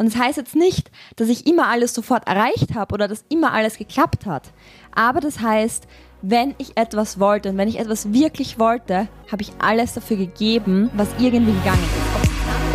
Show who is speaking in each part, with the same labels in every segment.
Speaker 1: Und das heißt jetzt nicht, dass ich immer alles sofort erreicht habe oder dass immer alles geklappt hat. Aber das heißt, wenn ich etwas wollte und wenn ich etwas wirklich wollte, habe ich alles dafür gegeben, was irgendwie gegangen ist.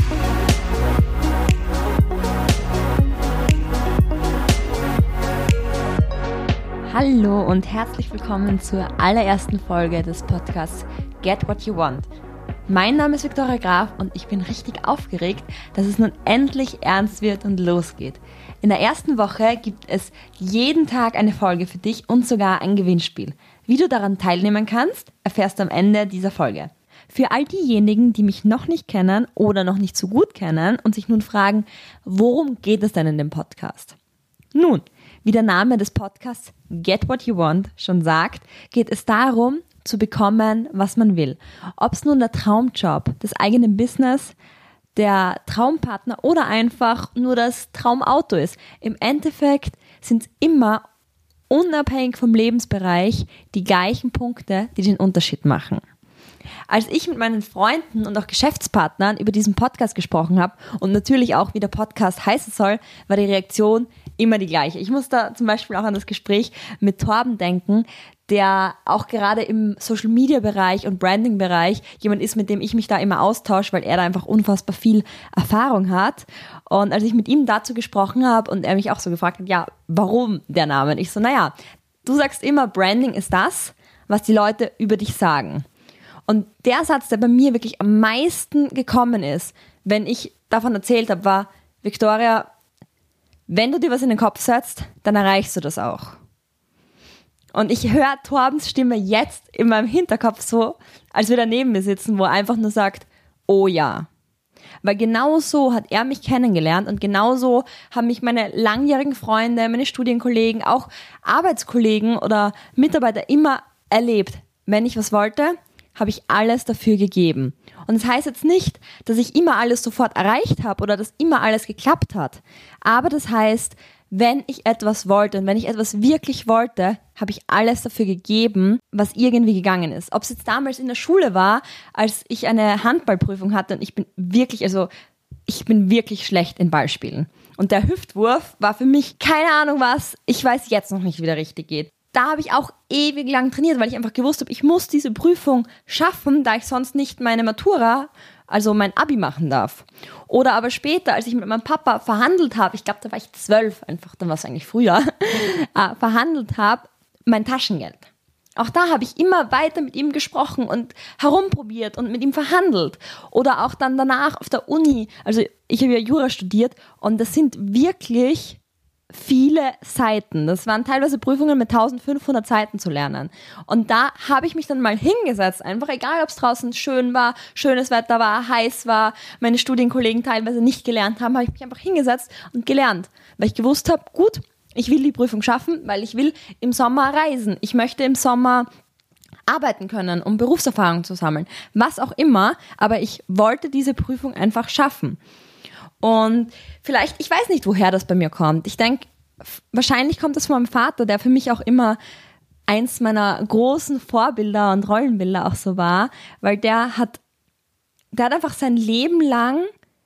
Speaker 1: Hallo und herzlich willkommen zur allerersten Folge des Podcasts Get What You Want. Mein Name ist Viktoria Graf und ich bin richtig aufgeregt, dass es nun endlich ernst wird und losgeht. In der ersten Woche gibt es jeden Tag eine Folge für dich und sogar ein Gewinnspiel. Wie du daran teilnehmen kannst, erfährst du am Ende dieser Folge. Für all diejenigen, die mich noch nicht kennen oder noch nicht so gut kennen und sich nun fragen, worum geht es denn in dem Podcast? Nun, wie der Name des Podcasts Get What You Want schon sagt, geht es darum, zu bekommen, was man will. Ob es nun der Traumjob, das eigene Business, der Traumpartner oder einfach nur das Traumauto ist. Im Endeffekt sind es immer, unabhängig vom Lebensbereich, die gleichen Punkte, die den Unterschied machen. Als ich mit meinen Freunden und auch Geschäftspartnern über diesen Podcast gesprochen habe und natürlich auch, wie der Podcast heißen soll, war die Reaktion immer die gleiche. Ich muss da zum Beispiel auch an das Gespräch mit Torben denken, der auch gerade im Social-Media-Bereich und Branding-Bereich jemand ist, mit dem ich mich da immer austausche, weil er da einfach unfassbar viel Erfahrung hat. Und als ich mit ihm dazu gesprochen habe und er mich auch so gefragt hat, ja, warum der Name? Und ich so, naja, du sagst immer, Branding ist das, was die Leute über dich sagen. Und der Satz, der bei mir wirklich am meisten gekommen ist, wenn ich davon erzählt habe, war, Viktoria, wenn du dir was in den Kopf setzt, dann erreichst du das auch. Und ich höre Torbens Stimme jetzt in meinem Hinterkopf so, als wir da neben mir sitzen, wo er einfach nur sagt, oh ja. Weil genau so hat er mich kennengelernt und genau so haben mich meine langjährigen Freunde, meine Studienkollegen, auch Arbeitskollegen oder Mitarbeiter immer erlebt. Wenn ich was wollte, habe ich alles dafür gegeben. Und das heißt jetzt nicht, dass ich immer alles sofort erreicht habe oder dass immer alles geklappt hat. Aber das heißt, wenn ich etwas wollte und wenn ich etwas wirklich wollte, habe ich alles dafür gegeben, was irgendwie gegangen ist. Ob es jetzt damals in der Schule war, als ich eine Handballprüfung hatte und ich bin wirklich schlecht in Ballspielen. Und der Hüftwurf war für mich keine Ahnung was, ich weiß jetzt noch nicht, wie der richtig geht. Da habe ich auch ewig lang trainiert, weil ich einfach gewusst habe, ich muss diese Prüfung schaffen, da ich sonst nicht meine Matura, also mein Abi machen darf. Oder aber später, als ich mit meinem Papa verhandelt habe, ich glaube, da war ich 12, einfach, dann war es eigentlich früher, verhandelt habe, mein Taschengeld. Auch da habe ich immer weiter mit ihm gesprochen und herumprobiert und mit ihm verhandelt. Oder auch dann danach auf der Uni, also ich habe ja Jura studiert und das sind wirklich viele Seiten. Das waren teilweise Prüfungen mit 1500 Seiten zu lernen. Und da habe ich mich dann mal hingesetzt, einfach egal, ob es draußen schön war, schönes Wetter war, heiß war, meine Studienkollegen teilweise nicht gelernt haben, habe ich mich einfach hingesetzt und gelernt. Weil ich gewusst habe, gut, ich will die Prüfung schaffen, weil ich will im Sommer reisen. Ich möchte im Sommer arbeiten können, um Berufserfahrung zu sammeln. Was auch immer, aber ich wollte diese Prüfung einfach schaffen. Und vielleicht, ich weiß nicht, woher das bei mir kommt. Ich denke, wahrscheinlich kommt das von meinem Vater, der für mich auch immer eins meiner großen Vorbilder und Rollenbilder auch so war, weil der hat einfach sein Leben lang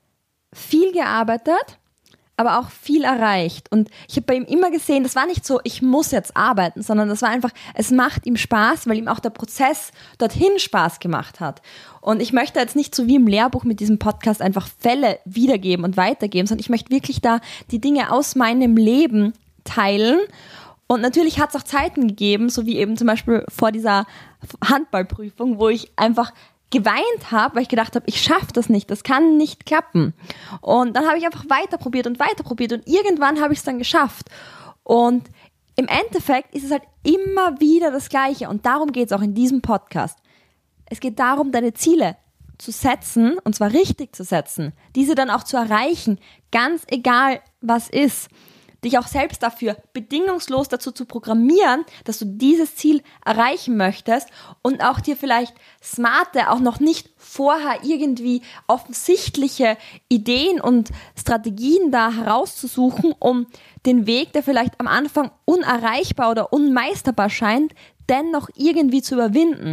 Speaker 1: viel gearbeitet, aber auch viel erreicht. Und ich habe bei ihm immer gesehen, das war nicht so, ich muss jetzt arbeiten, sondern das war einfach, es macht ihm Spaß, weil ihm auch der Prozess dorthin Spaß gemacht hat. Und ich möchte jetzt nicht so wie im Lehrbuch mit diesem Podcast einfach Fälle wiedergeben und weitergeben, sondern ich möchte wirklich da die Dinge aus meinem Leben teilen. Und natürlich hat es auch Zeiten gegeben, so wie eben zum Beispiel vor dieser Handballprüfung, wo ich einfach geweint habe, weil ich gedacht habe, ich schaffe das nicht, das kann nicht klappen. Und dann habe ich einfach weiter probiert und irgendwann habe ich es dann geschafft. Und im Endeffekt ist es halt immer wieder das Gleiche und darum geht es auch in diesem Podcast. Es geht darum, deine Ziele zu setzen und zwar richtig zu setzen, diese dann auch zu erreichen, ganz egal was ist. Dich auch selbst dafür bedingungslos dazu zu programmieren, dass du dieses Ziel erreichen möchtest und auch dir vielleicht smarte, auch noch nicht vorher irgendwie offensichtliche Ideen und Strategien da herauszusuchen, um den Weg, der vielleicht am Anfang unerreichbar oder unmeisterbar scheint, dennoch irgendwie zu überwinden.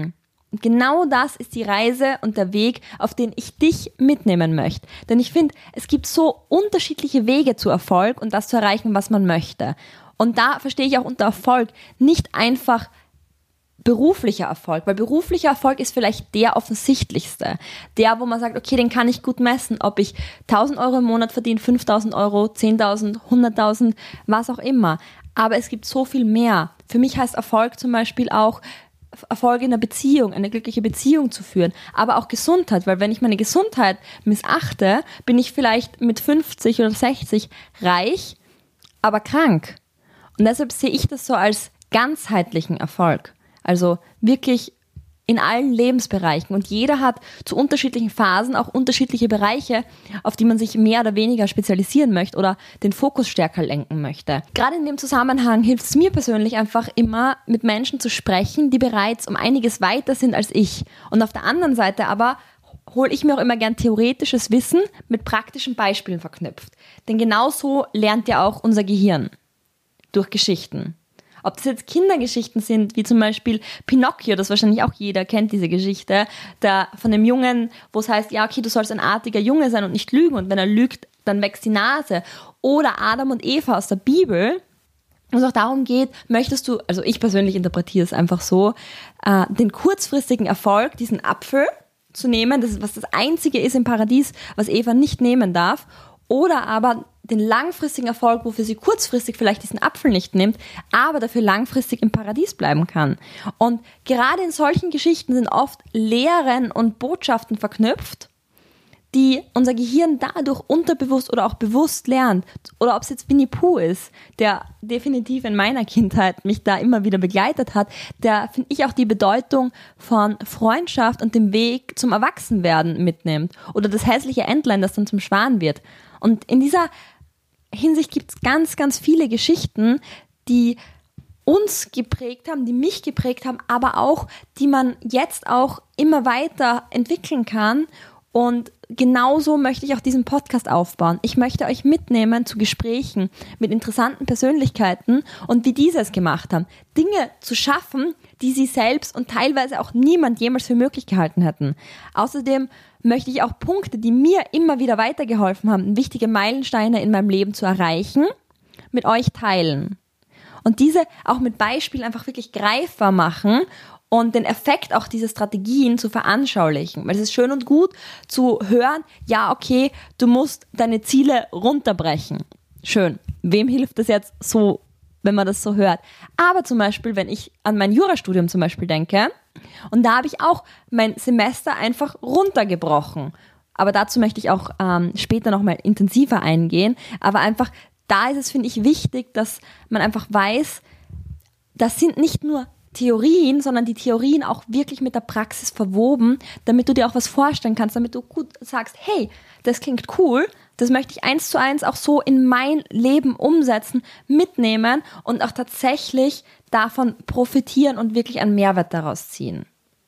Speaker 1: Und genau das ist die Reise und der Weg, auf den ich dich mitnehmen möchte. Denn ich finde, es gibt so unterschiedliche Wege zu Erfolg und das zu erreichen, was man möchte. Und da verstehe ich auch unter Erfolg nicht einfach beruflicher Erfolg, weil beruflicher Erfolg ist vielleicht der offensichtlichste. Der, wo man sagt, okay, den kann ich gut messen, ob ich 1.000 Euro im Monat verdiene, 5.000 Euro, 10.000, 100.000, was auch immer. Aber es gibt so viel mehr. Für mich heißt Erfolg zum Beispiel auch, Erfolg in einer Beziehung, eine glückliche Beziehung zu führen, aber auch Gesundheit, weil wenn ich meine Gesundheit missachte, bin ich vielleicht mit 50 oder 60 reich, aber krank. Und deshalb sehe ich das so als ganzheitlichen Erfolg. Also wirklich in allen Lebensbereichen. Und jeder hat zu unterschiedlichen Phasen auch unterschiedliche Bereiche, auf die man sich mehr oder weniger spezialisieren möchte oder den Fokus stärker lenken möchte. Gerade in dem Zusammenhang hilft es mir persönlich einfach immer, mit Menschen zu sprechen, die bereits um einiges weiter sind als ich. Und auf der anderen Seite aber hole ich mir auch immer gern theoretisches Wissen mit praktischen Beispielen verknüpft. Denn genauso lernt ja auch unser Gehirn. Durch Geschichten. Ob das jetzt Kindergeschichten sind, wie zum Beispiel Pinocchio, das wahrscheinlich auch jeder kennt, diese Geschichte, von dem Jungen, wo es heißt, ja, okay, du sollst ein artiger Junge sein und nicht lügen und wenn er lügt, dann wächst die Nase. Oder Adam und Eva aus der Bibel, wo es auch darum geht, möchtest du, also ich persönlich interpretiere es einfach so, den kurzfristigen Erfolg, diesen Apfel zu nehmen, das ist, was das Einzige ist im Paradies, was Eva nicht nehmen darf, oder aber den langfristigen Erfolg, wofür sie kurzfristig vielleicht diesen Apfel nicht nimmt, aber dafür langfristig im Paradies bleiben kann. Und gerade in solchen Geschichten sind oft Lehren und Botschaften verknüpft, die unser Gehirn dadurch unterbewusst oder auch bewusst lernt. Oder ob es jetzt Winnie Pooh ist, der definitiv in meiner Kindheit mich da immer wieder begleitet hat, der, finde ich, auch die Bedeutung von Freundschaft und dem Weg zum Erwachsenwerden mitnimmt. Oder das hässliche Entlein, das dann zum Schwan wird. Und in dieser Hinsicht gibt es ganz, ganz viele Geschichten, die uns geprägt haben, die mich geprägt haben, aber auch, die man jetzt auch immer weiter entwickeln kann. Und genauso möchte ich auch diesen Podcast aufbauen. Ich möchte euch mitnehmen zu Gesprächen mit interessanten Persönlichkeiten und wie diese es gemacht haben. Dinge zu schaffen, die sie selbst und teilweise auch niemand jemals für möglich gehalten hätten. Außerdem möchte ich auch Punkte, die mir immer wieder weitergeholfen haben, wichtige Meilensteine in meinem Leben zu erreichen, mit euch teilen. Und diese auch mit Beispielen einfach wirklich greifbar machen und den Effekt auch dieser Strategien zu veranschaulichen. Weil es ist schön und gut zu hören, ja, okay, du musst deine Ziele runterbrechen. Schön. Wem hilft das jetzt so, wenn man das so hört? Aber zum Beispiel, wenn ich an mein Jurastudium zum Beispiel denke, und da habe ich auch mein Semester einfach runtergebrochen. Aber dazu möchte ich auch später nochmal intensiver eingehen. Aber einfach, da ist es, finde ich, wichtig, dass man einfach weiß, das sind nicht nur Theorien, sondern die Theorien auch wirklich mit der Praxis verwoben, damit du dir auch was vorstellen kannst, damit du gut sagst, hey, das klingt cool, das möchte ich 1:1 auch so in mein Leben umsetzen, mitnehmen und auch tatsächlich davon profitieren und wirklich einen Mehrwert daraus ziehen.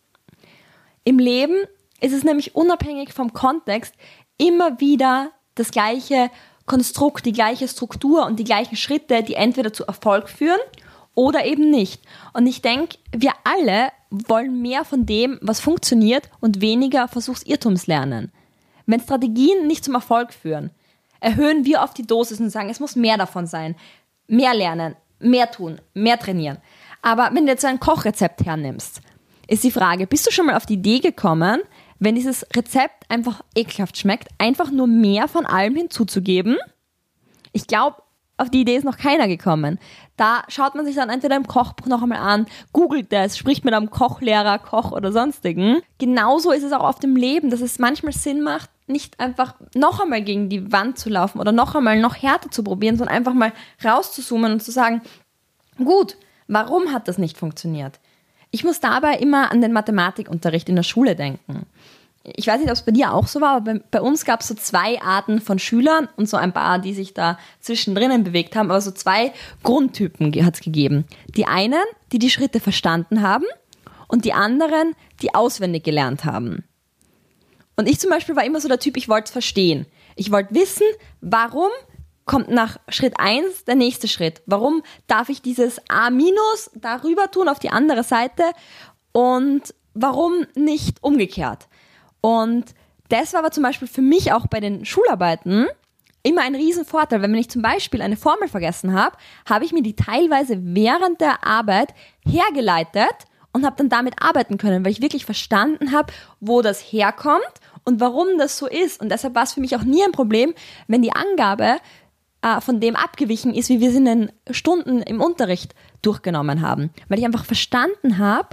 Speaker 1: Im Leben ist es nämlich unabhängig vom Kontext immer wieder das gleiche Konstrukt, die gleiche Struktur und die gleichen Schritte, die entweder zu Erfolg führen oder eben nicht. Und ich denke, wir alle wollen mehr von dem, was funktioniert und weniger Versuchsirrtumslernen. Wenn Strategien nicht zum Erfolg führen, erhöhen wir oft die Dosis und sagen, es muss mehr davon sein. Mehr lernen, mehr tun, mehr trainieren. Aber wenn du jetzt ein Kochrezept hernimmst, ist die Frage, bist du schon mal auf die Idee gekommen, wenn dieses Rezept einfach ekelhaft schmeckt, einfach nur mehr von allem hinzuzugeben? Ich glaube, auf die Idee ist noch keiner gekommen. Da schaut man sich dann entweder im Kochbuch noch einmal an, googelt das, spricht mit einem Kochlehrer, Koch oder sonstigen. Genauso ist es auch auf dem Leben, dass es manchmal Sinn macht, nicht einfach noch einmal gegen die Wand zu laufen oder noch einmal noch härter zu probieren, sondern einfach mal rauszuzoomen und zu sagen, gut, warum hat das nicht funktioniert? Ich muss dabei immer an den Mathematikunterricht in der Schule denken. Ich weiß nicht, ob es bei dir auch so war, aber bei uns gab es so 2 Arten von Schülern und so ein paar, die sich da zwischendrin bewegt haben, aber so 2 Grundtypen hat es gegeben. Die einen, die die Schritte verstanden haben und die anderen, die auswendig gelernt haben. Und ich zum Beispiel war immer so der Typ, ich wollte es verstehen. Ich wollte wissen, warum kommt nach Schritt 1 der nächste Schritt. Warum darf ich dieses A- darüber tun auf die andere Seite und warum nicht umgekehrt? Und das war aber zum Beispiel für mich auch bei den Schularbeiten immer ein Riesenvorteil, wenn ich zum Beispiel eine Formel vergessen habe, habe ich mir die teilweise während der Arbeit hergeleitet und habe dann damit arbeiten können, weil ich wirklich verstanden habe, wo das herkommt und warum das so ist. Und deshalb war es für mich auch nie ein Problem, wenn die Angabe von dem abgewichen ist, wie wir es in den Stunden im Unterricht durchgenommen haben. Weil ich einfach verstanden habe,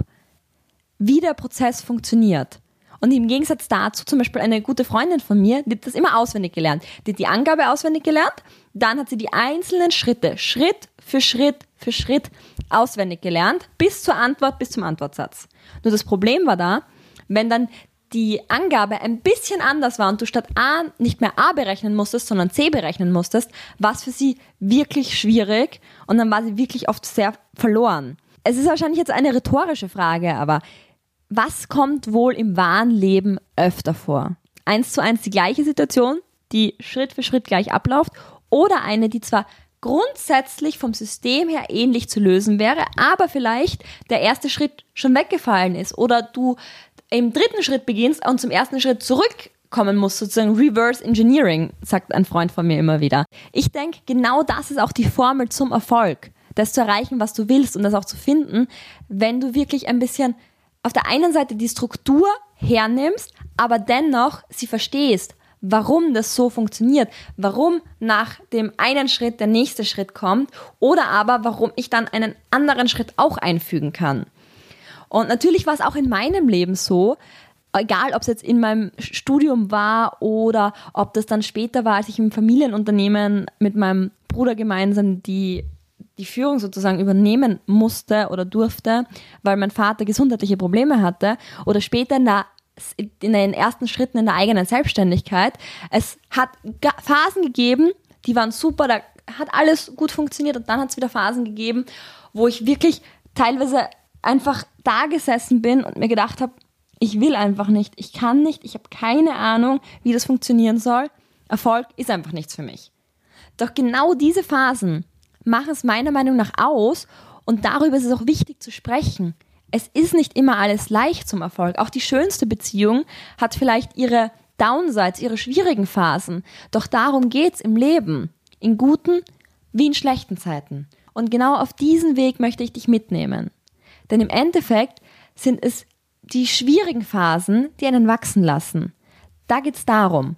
Speaker 1: wie der Prozess funktioniert. Und im Gegensatz dazu, zum Beispiel eine gute Freundin von mir, die hat das immer auswendig gelernt. Die hat die Angabe auswendig gelernt, dann hat sie die einzelnen Schritte, Schritt für Schritt für Schritt auswendig gelernt, bis zur Antwort, bis zum Antwortsatz. Nur das Problem war da, wenn dann die Angabe ein bisschen anders war und du statt A nicht mehr A berechnen musstest, sondern C berechnen musstest, war es für sie wirklich schwierig und dann war sie wirklich oft sehr verloren. Es ist wahrscheinlich jetzt eine rhetorische Frage, aber was kommt wohl im wahren Leben öfter vor? 1:1 die gleiche Situation, die Schritt für Schritt gleich abläuft, oder eine, die zwar grundsätzlich vom System her ähnlich zu lösen wäre, aber vielleicht der erste Schritt schon weggefallen ist oder du im dritten Schritt beginnst und zum ersten Schritt zurückkommen musst, sozusagen Reverse Engineering, sagt ein Freund von mir immer wieder. Ich denke, genau das ist auch die Formel zum Erfolg, das zu erreichen, was du willst und das auch zu finden, wenn du wirklich ein bisschen auf der einen Seite die Struktur hernimmst, aber dennoch sie verstehst, warum das so funktioniert, warum nach dem einen Schritt der nächste Schritt kommt oder aber warum ich dann einen anderen Schritt auch einfügen kann. Und natürlich war es auch in meinem Leben so, egal ob es jetzt in meinem Studium war oder ob das dann später war, als ich im Familienunternehmen mit meinem Bruder gemeinsam die Führung sozusagen übernehmen musste oder durfte, weil mein Vater gesundheitliche Probleme hatte oder später in den ersten Schritten in der eigenen Selbstständigkeit. Es hat Phasen gegeben, die waren super, da hat alles gut funktioniert und dann hat es wieder Phasen gegeben, wo ich wirklich teilweise einfach da gesessen bin und mir gedacht habe, ich will einfach nicht, ich kann nicht, ich habe keine Ahnung, wie das funktionieren soll. Erfolg ist einfach nichts für mich. Doch genau diese Phasen machen es meiner Meinung nach aus und darüber ist es auch wichtig zu sprechen. Es ist nicht immer alles leicht zum Erfolg. Auch die schönste Beziehung hat vielleicht ihre Downsides, ihre schwierigen Phasen. Doch darum geht's im Leben. In guten wie in schlechten Zeiten. Und genau auf diesen Weg möchte ich dich mitnehmen. Denn im Endeffekt sind es die schwierigen Phasen, die einen wachsen lassen. Da geht's darum,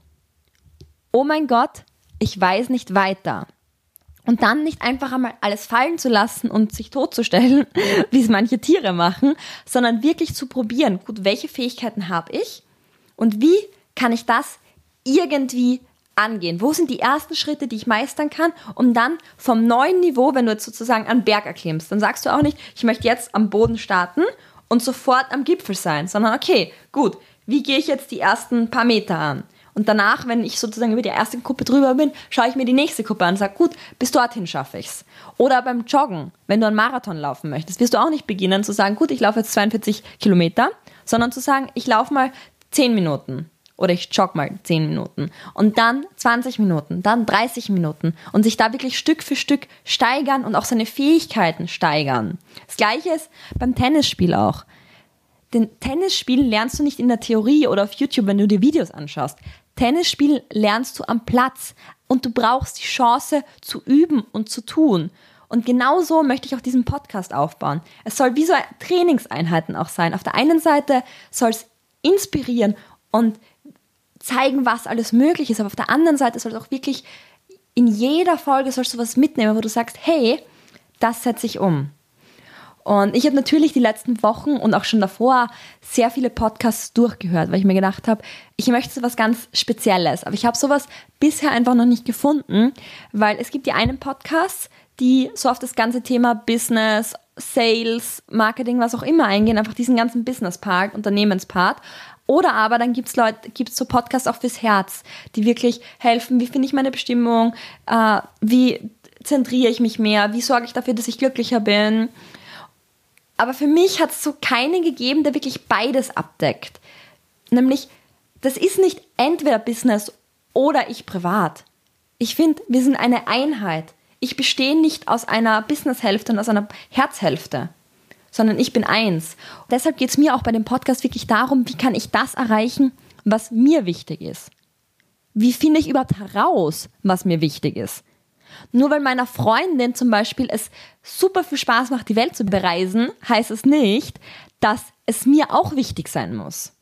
Speaker 1: oh mein Gott, ich weiß nicht weiter. Und dann nicht einfach einmal alles fallen zu lassen und sich totzustellen, wie es manche Tiere machen, sondern wirklich zu probieren, gut, welche Fähigkeiten habe ich und wie kann ich das irgendwie angehen? Wo sind die ersten Schritte, die ich meistern kann, um dann vom neuen Niveau, wenn du jetzt sozusagen einen Berg erklimmst, dann sagst du auch nicht, ich möchte jetzt am Boden starten und sofort am Gipfel sein, sondern okay, gut, wie gehe ich jetzt die ersten paar Meter an? Und danach, wenn ich sozusagen über die erste Kuppe drüber bin, schaue ich mir die nächste Kuppe an und sage, gut, bis dorthin schaffe ich es. Oder beim Joggen, wenn du einen Marathon laufen möchtest, wirst du auch nicht beginnen zu sagen, gut, ich laufe jetzt 42 Kilometer, sondern zu sagen, ich laufe mal 10 Minuten oder ich jogge mal 10 Minuten und dann 20 Minuten, dann 30 Minuten und sich da wirklich Stück für Stück steigern und auch seine Fähigkeiten steigern. Das Gleiche ist beim Tennisspiel auch. Den Tennisspielen lernst du nicht in der Theorie oder auf YouTube, wenn du dir Videos anschaust. Tennisspielen lernst du am Platz und du brauchst die Chance zu üben und zu tun. Und genau so möchte ich auch diesen Podcast aufbauen. Es soll wie so Trainingseinheiten auch sein. Auf der einen Seite soll es inspirieren und zeigen, was alles möglich ist, aber auf der anderen Seite soll es auch wirklich in jeder Folge sollst du was mitnehmen, wo du sagst, hey, das setze ich um. Und ich habe natürlich die letzten Wochen und auch schon davor sehr viele Podcasts durchgehört, weil ich mir gedacht habe, ich möchte so was ganz Spezielles. Aber ich habe sowas bisher einfach noch nicht gefunden, weil es gibt ja einen Podcast, die so auf das ganze Thema Business, Sales, Marketing, was auch immer eingehen, einfach diesen ganzen Business-Part, Unternehmenspart. Oder aber dann gibt's so Podcasts auch fürs Herz, die wirklich helfen, wie finde ich meine Bestimmung, wie zentriere ich mich mehr, wie sorge ich dafür, dass ich glücklicher bin. Aber für mich hat es so keinen gegeben, der wirklich beides abdeckt. Nämlich, das ist nicht entweder Business oder ich privat. Ich finde, wir sind eine Einheit. Ich bestehe nicht aus einer Businesshälfte und aus einer Herzhälfte, sondern ich bin eins. Und deshalb geht es mir auch bei dem Podcast wirklich darum, wie kann ich das erreichen, was mir wichtig ist. Wie finde ich überhaupt heraus, was mir wichtig ist? Nur weil meiner Freundin zum Beispiel es super viel Spaß macht, die Welt zu bereisen, heißt es nicht, dass es mir auch wichtig sein muss.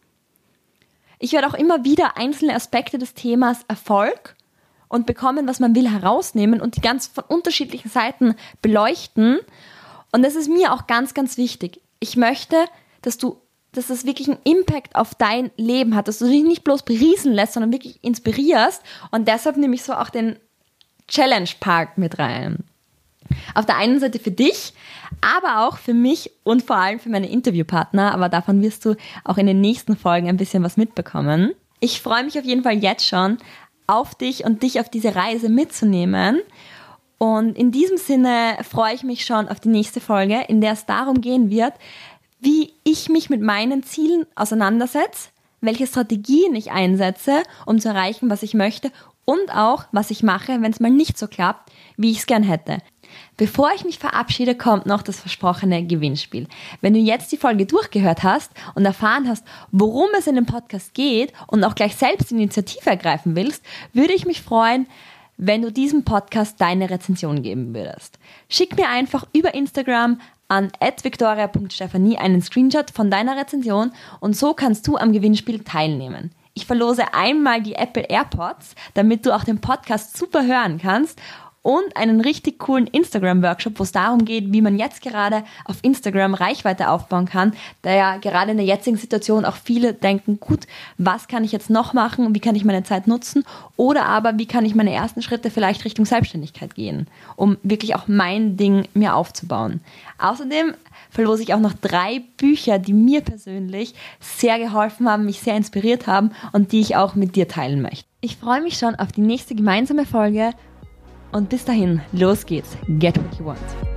Speaker 1: Ich werde auch immer wieder einzelne Aspekte des Themas Erfolg und bekommen, was man will, herausnehmen und die ganz von unterschiedlichen Seiten beleuchten. Und das ist mir auch ganz, ganz wichtig. Ich möchte, dass das wirklich einen Impact auf dein Leben hat, dass du dich nicht bloß berieseln lässt, sondern wirklich inspirierst. Und deshalb nehme ich so auch den Challenge-Part mit rein. Auf der einen Seite für dich, aber auch für mich und vor allem für meine Interviewpartner. Aber davon wirst du auch in den nächsten Folgen ein bisschen was mitbekommen. Ich freue mich auf jeden Fall jetzt schon auf dich und dich auf diese Reise mitzunehmen. Und in diesem Sinne freue ich mich schon auf die nächste Folge, in der es darum gehen wird, wie ich mich mit meinen Zielen auseinandersetze, welche Strategien ich einsetze, um zu erreichen, was ich möchte und auch, was ich mache, wenn es mal nicht so klappt, wie ich es gern hätte. Bevor ich mich verabschiede, kommt noch das versprochene Gewinnspiel. Wenn du jetzt die Folge durchgehört hast und erfahren hast, worum es in dem Podcast geht und auch gleich selbst Initiative ergreifen willst, würde ich mich freuen, wenn du diesem Podcast deine Rezension geben würdest. Schick mir einfach über Instagram an @victoria.stephanie einen Screenshot von deiner Rezension und so kannst du am Gewinnspiel teilnehmen. Ich verlose einmal die Apple AirPods, damit du auch den Podcast super hören kannst und einen richtig coolen Instagram-Workshop, wo es darum geht, wie man jetzt gerade auf Instagram Reichweite aufbauen kann, da ja gerade in der jetzigen Situation auch viele denken, gut, was kann ich jetzt noch machen, wie kann ich meine Zeit nutzen oder aber wie kann ich meine ersten Schritte vielleicht Richtung Selbstständigkeit gehen, um wirklich auch mein Ding mir aufzubauen. Außerdem verlose ich auch noch 3 Bücher, die mir persönlich sehr geholfen haben, mich sehr inspiriert haben und die ich auch mit dir teilen möchte. Ich freue mich schon auf die nächste gemeinsame Folge. Und bis dahin, los geht's. Get what you want.